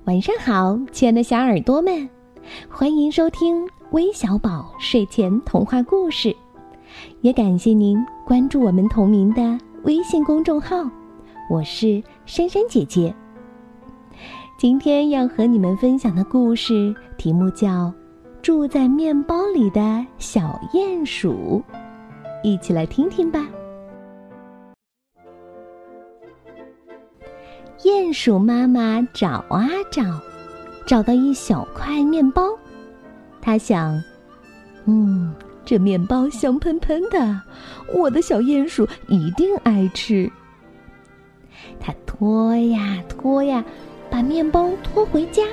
晚上好，亲爱的小耳朵们，欢迎收听微小宝睡前童话故事，也感谢您关注我们同名的微信公众号，我是珊珊姐姐。今天要和你们分享的故事题目叫住在面包里的小鼹鼠，一起来听听吧。鼹鼠妈妈找啊找，找到一小块面包。她想，这面包香喷喷的，我的小鼹鼠一定爱吃。她拖呀拖呀，把面包拖回家。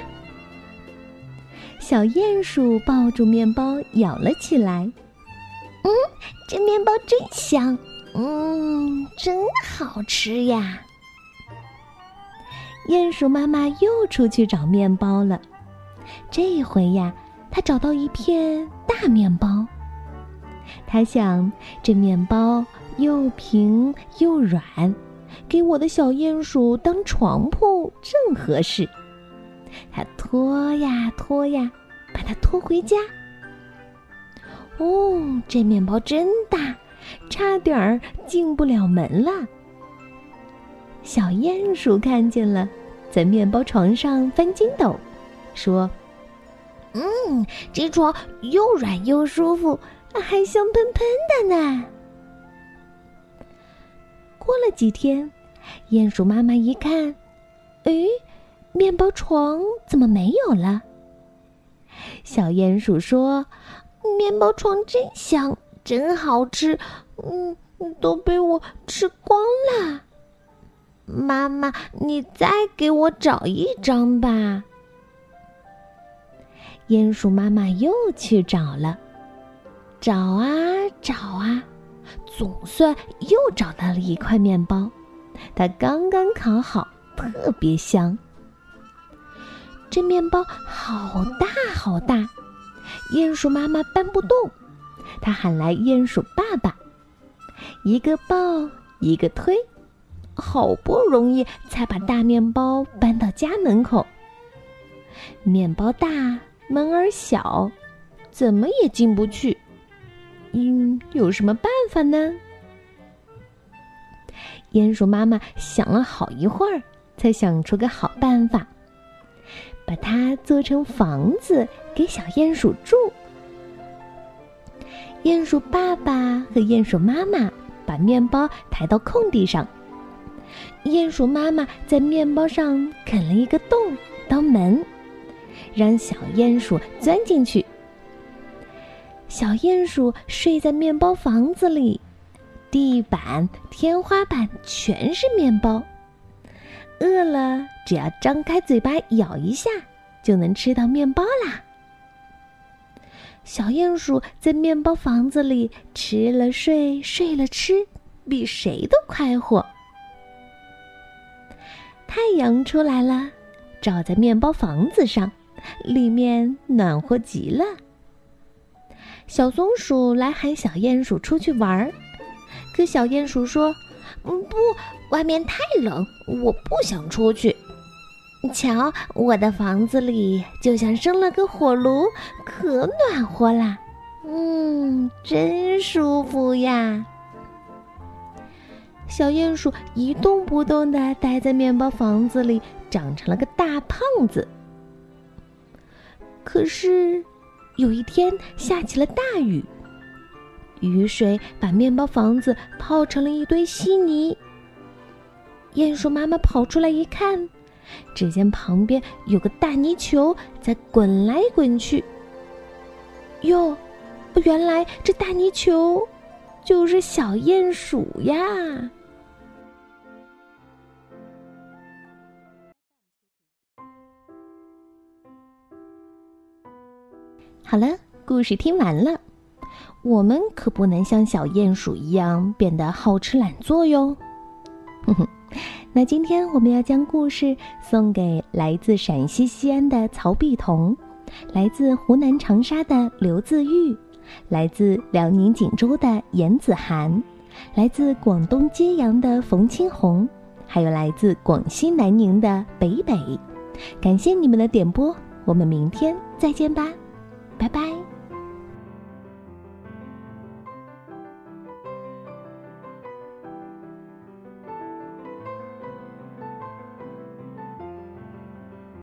小鼹鼠抱住面包咬了起来。这面包真香，真好吃呀。鼹鼠妈妈又出去找面包了，这回呀，她找到一片大面包。她想，这面包又平又软，给我的小鼹鼠当床铺正合适。她拖呀拖呀，把它拖回家。这面包真大，差点儿进不了门了。小鼹鼠看见了，在面包床上翻筋斗，说：这床又软又舒服，还香喷喷的呢。过了几天，鼹鼠妈妈一看，面包床怎么没有了？小鼹鼠说：面包床真香，真好吃，都被我吃光了。妈妈，你再给我找一张吧。鼹鼠妈妈又去找了，找啊找啊，总算又找到了一块面包，它刚刚烤好，特别香。这面包好大好大，鼹鼠妈妈搬不动，她喊来鼹鼠爸爸，一个抱一个推，好不容易才把大面包搬到家门口。面包大，门儿小，怎么也进不去。有什么办法呢？鼹鼠妈妈想了好一会儿，才想出个好办法，把它做成房子给小鼹鼠住。鼹鼠爸爸和鼹鼠妈妈把面包抬到空地上，鼹鼠妈妈在面包上啃了一个洞当门，让小鼹鼠钻进去。小鼹鼠睡在面包房子里，地板、天花板全是面包，饿了只要张开嘴巴咬一下，就能吃到面包啦。小鼹鼠在面包房子里吃了睡，睡了吃，比谁都快活。太阳出来了，照在面包房子上，里面暖和极了。小松鼠来喊小鼹鼠出去玩，可小鼹鼠说：不，外面太冷，我不想出去。瞧，我的房子里就像生了个火炉，可暖和啦，真舒服呀。小鼹鼠一动不动地待在面包房子里，长成了个大胖子。可是有一天下起了大雨，雨水把面包房子泡成了一堆稀泥。鼹鼠妈妈跑出来一看，只见旁边有个大泥球在滚来滚去。哟，原来这大泥球就是小鼹鼠呀。好了，故事听完了。我们可不能像小鼹鼠一样变得好吃懒做哟。那今天我们要将故事送给来自陕西西安的曹碧彤，来自湖南长沙的刘自玉，来自辽宁锦州的严子涵，来自广东揭阳的冯清红，还有来自广西南宁的北北。 感谢你们的点播，我们明天再见吧，拜拜。